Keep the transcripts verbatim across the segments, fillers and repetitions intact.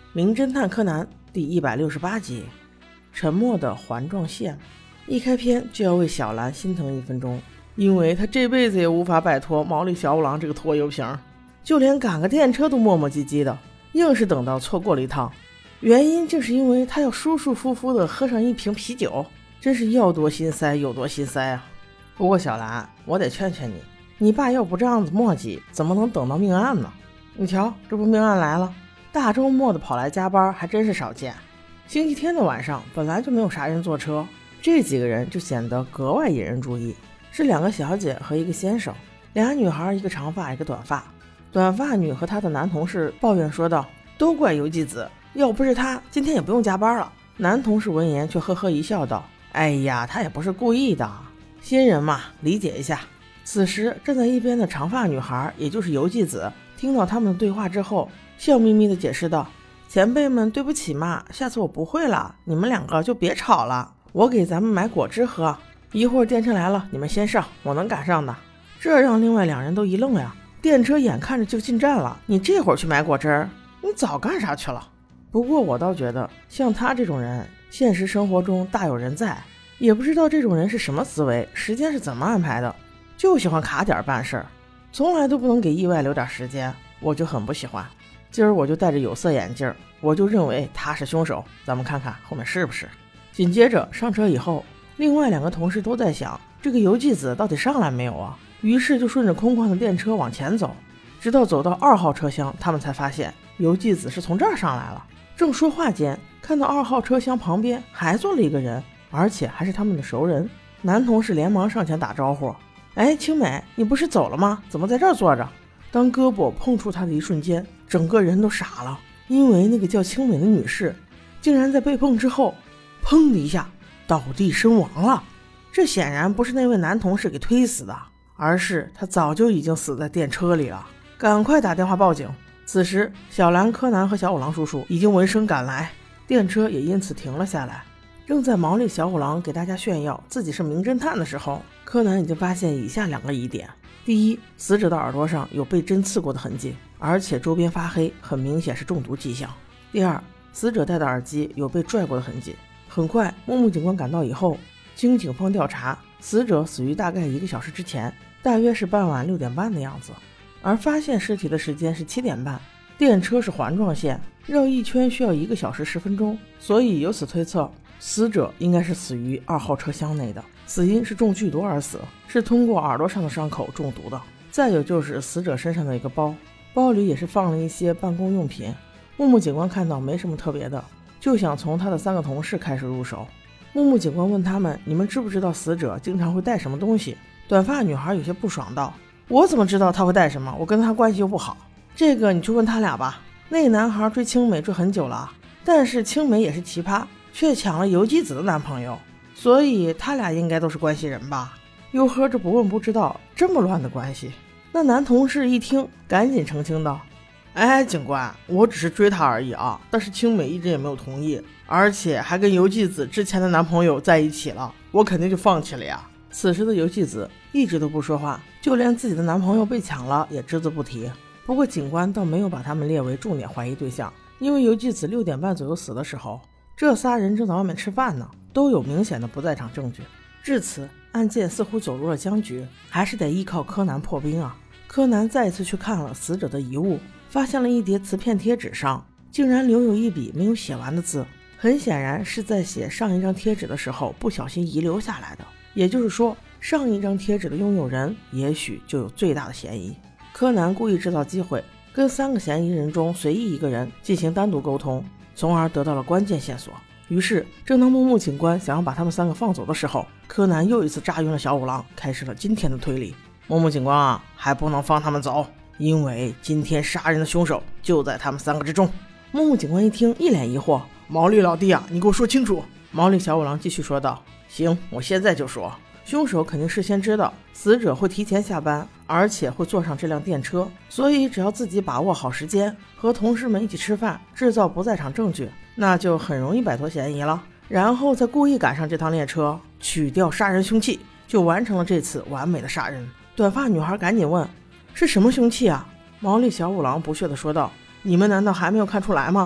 名侦探柯南第一百六十八集，沉默的环状线。一开篇就要为小兰心疼一分钟，因为她这辈子也无法摆脱毛利小五郎这个拖油瓶，就连赶个电车都磨磨唧唧的，硬是等到错过了一趟。原因就是因为他要舒舒服服的喝上一瓶啤酒，真是要多心塞有多心塞啊！不过小兰，我得劝劝你，你爸要不这样子磨叽，怎么能等到命案呢？你瞧，这不命案来了，大周末的跑来加班还真是少见。星期天的晚上本来就没有啥人坐车，这几个人就显得格外引人注意。是两个小姐和一个先生，俩女孩，一个长发一个短发。短发女和她的男同事抱怨说道：都怪游纪子，要不是他今天也不用加班了。男同事闻言却呵呵一笑道：哎呀，他也不是故意的，新人嘛，理解一下。此时站在一边的长发女孩，也就是游纪子，听到他们的对话之后，笑眯眯地解释道：前辈们对不起嘛，下次我不会了，你们两个就别吵了，我给咱们买果汁喝，一会儿电车来了你们先上，我能赶上的。这让另外两人都一愣呀，电车眼看着就进站了，你这会儿去买果汁，你早干啥去了？不过我倒觉得像他这种人现实生活中大有人在，也不知道这种人是什么思维，时间是怎么安排的，就喜欢卡点办事，从来都不能给意外留点时间，我就很不喜欢。今儿我就戴着有色眼镜，我就认为他是凶手，咱们看看后面是不是。紧接着上车以后，另外两个同事都在想，这个游纪子到底上来没有啊？于是就顺着空旷的电车往前走，直到走到二号车厢，他们才发现游纪子是从这儿上来了。正说话间，看到二号车厢旁边还坐了一个人，而且还是他们的熟人。男同事连忙上前打招呼：哎，青美，你不是走了吗？怎么在这儿坐着？当胳膊碰触他的一瞬间，整个人都傻了，因为那个叫青美的女士竟然在被碰之后砰的一下倒地身亡了。这显然不是那位男同事给推死的，而是他早就已经死在电车里了。赶快打电话报警。此时小兰、柯南和小五郎叔叔已经闻声赶来，电车也因此停了下来。正在毛利小五郎给大家炫耀自己是名侦探的时候，柯南已经发现以下两个疑点。第一，死者的耳朵上有被针刺过的痕迹，而且周边发黑，很明显是中毒迹象。第二，死者戴的耳机有被拽过的痕迹。很快木木警官赶到以后，经警方调查，死者死于大概一个小时之前，大约是傍晚六点半的样子，而发现尸体的时间是七点半。电车是环状线，绕一圈需要一个小时十分钟，所以由此推测，死者应该是死于二号车厢内的，死因是中剧毒而死，是通过耳朵上的伤口中毒的。再有就是死者身上的一个包，包里也是放了一些办公用品。木木警官看到没什么特别的，就想从他的三个同事开始入手。木木警官问他们，你们知不知道死者经常会带什么东西？短发女孩有些不爽道：我怎么知道他会带什么？我跟他关系又不好，这个你去问他俩吧。那男孩追青美追很久了，但是青美也是奇葩，却抢了游纪子的男朋友，所以他俩应该都是关系人吧。又喝着不问不知道，这么乱的关系。那男同事一听赶紧澄清道：哎，警官，我只是追她而已啊，但是青美一直也没有同意，而且还跟游纪子之前的男朋友在一起了，我肯定就放弃了呀。此时的游纪子一直都不说话，就连自己的男朋友被抢了也只字不提。不过警官倒没有把他们列为重点怀疑对象，因为游纪子六点半左右死的时候，这仨人正在外面吃饭呢，都有明显的不在场证据。至此案件似乎走入了僵局，还是得依靠柯南破冰啊。柯南再一次去看了死者的遗物，发现了一叠瓷片贴纸上竟然留有一笔没有写完的字，很显然是在写上一张贴纸的时候不小心遗留下来的，也就是说上一张贴纸的拥有人也许就有最大的嫌疑。柯南故意制造机会，跟三个嫌疑人中随意一个人进行单独沟通，从而得到了关键线索。于是正当木木警官想要把他们三个放走的时候，柯南又一次炸晕了小五郎，开始了今天的推理。木木警官啊，还不能放他们走，因为今天杀人的凶手就在他们三个之中。木木警官一听一脸疑惑：毛利老弟啊，你给我说清楚。毛利小五郎继续说道：行，我现在就说。凶手肯定事先知道死者会提前下班，而且会坐上这辆电车，所以只要自己把握好时间，和同事们一起吃饭，制造不在场证据，那就很容易摆脱嫌疑了。然后再故意赶上这趟列车，取掉杀人凶器，就完成了这次完美的杀人。短发女孩赶紧问：是什么凶器啊？毛利小五郎不屑地说道：你们难道还没有看出来吗？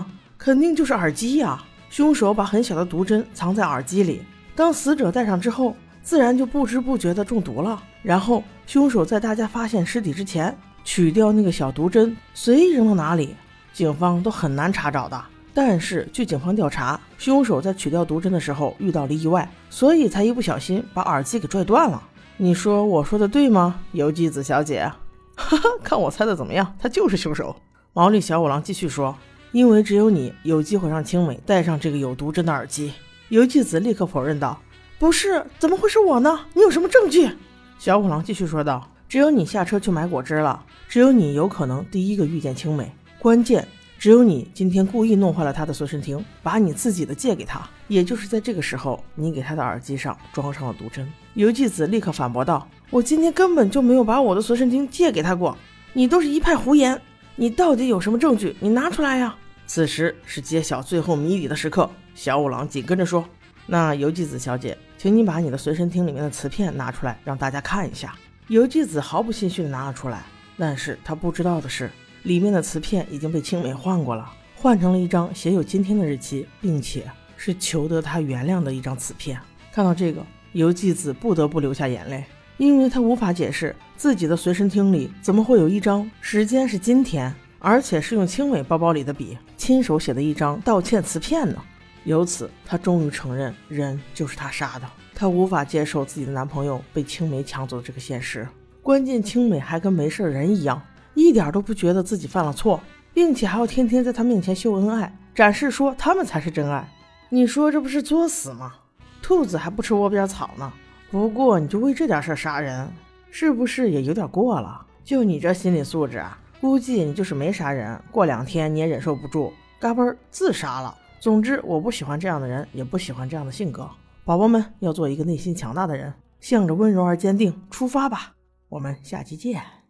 肯定就是耳机呀、啊！凶手把很小的毒针藏在耳机里，当死者戴上之后，自然就不知不觉地中毒了。然后凶手在大家发现尸体之前，取掉那个小毒针，随意扔到哪里，警方都很难查找的。但是据警方调查，凶手在取掉毒针的时候遇到了意外，所以才一不小心把耳机给拽断了。你说我说的对吗，游纪子小姐？哈哈，看我猜的怎么样？他就是凶手。毛利小五郎继续说，因为只有你有机会让青美戴上这个有毒针的耳机。游纪子立刻否认道，不是，怎么会是我呢？你有什么证据？小五郎继续说道，只有你下车去买果汁了，只有你有可能第一个遇见青美，关键只有你今天故意弄坏了他的随身听，把你自己的借给他，也就是在这个时候，你给他的耳机上装上了毒针。游纪子立刻反驳道，我今天根本就没有把我的随身听借给他过，你都是一派胡言，你到底有什么证据？你拿出来呀！此时是揭晓最后谜底的时刻，小五郎紧跟着说，那游纪子小姐，请你把你的随身听里面的磁片拿出来让大家看一下。游纪子毫不心虚地拿了出来，但是他不知道的是，里面的磁片已经被青美换过了，换成了一张写有今天的日期，并且是求得他原谅的一张磁片。看到这个，游纪子不得不流下眼泪，因为他无法解释自己的随身听里怎么会有一张时间是今天，而且是用青美包包里的笔亲手写的一张道歉磁片呢。由此他终于承认人就是他杀的，他无法接受自己的男朋友被青梅抢走的这个现实。关键青美还跟没事人一样，一点都不觉得自己犯了错，并且还要天天在他面前秀恩爱，展示说他们才是真爱。你说这不是作死吗？兔子还不吃窝边草呢。不过你就为这点事杀人，是不是也有点过了？就你这心理素质啊，估计你就是没杀人，过两天你也忍受不住，嘎嘣自杀了。总之我不喜欢这样的人，也不喜欢这样的性格。宝宝们要做一个内心强大的人，向着温柔而坚定出发吧。我们下期见。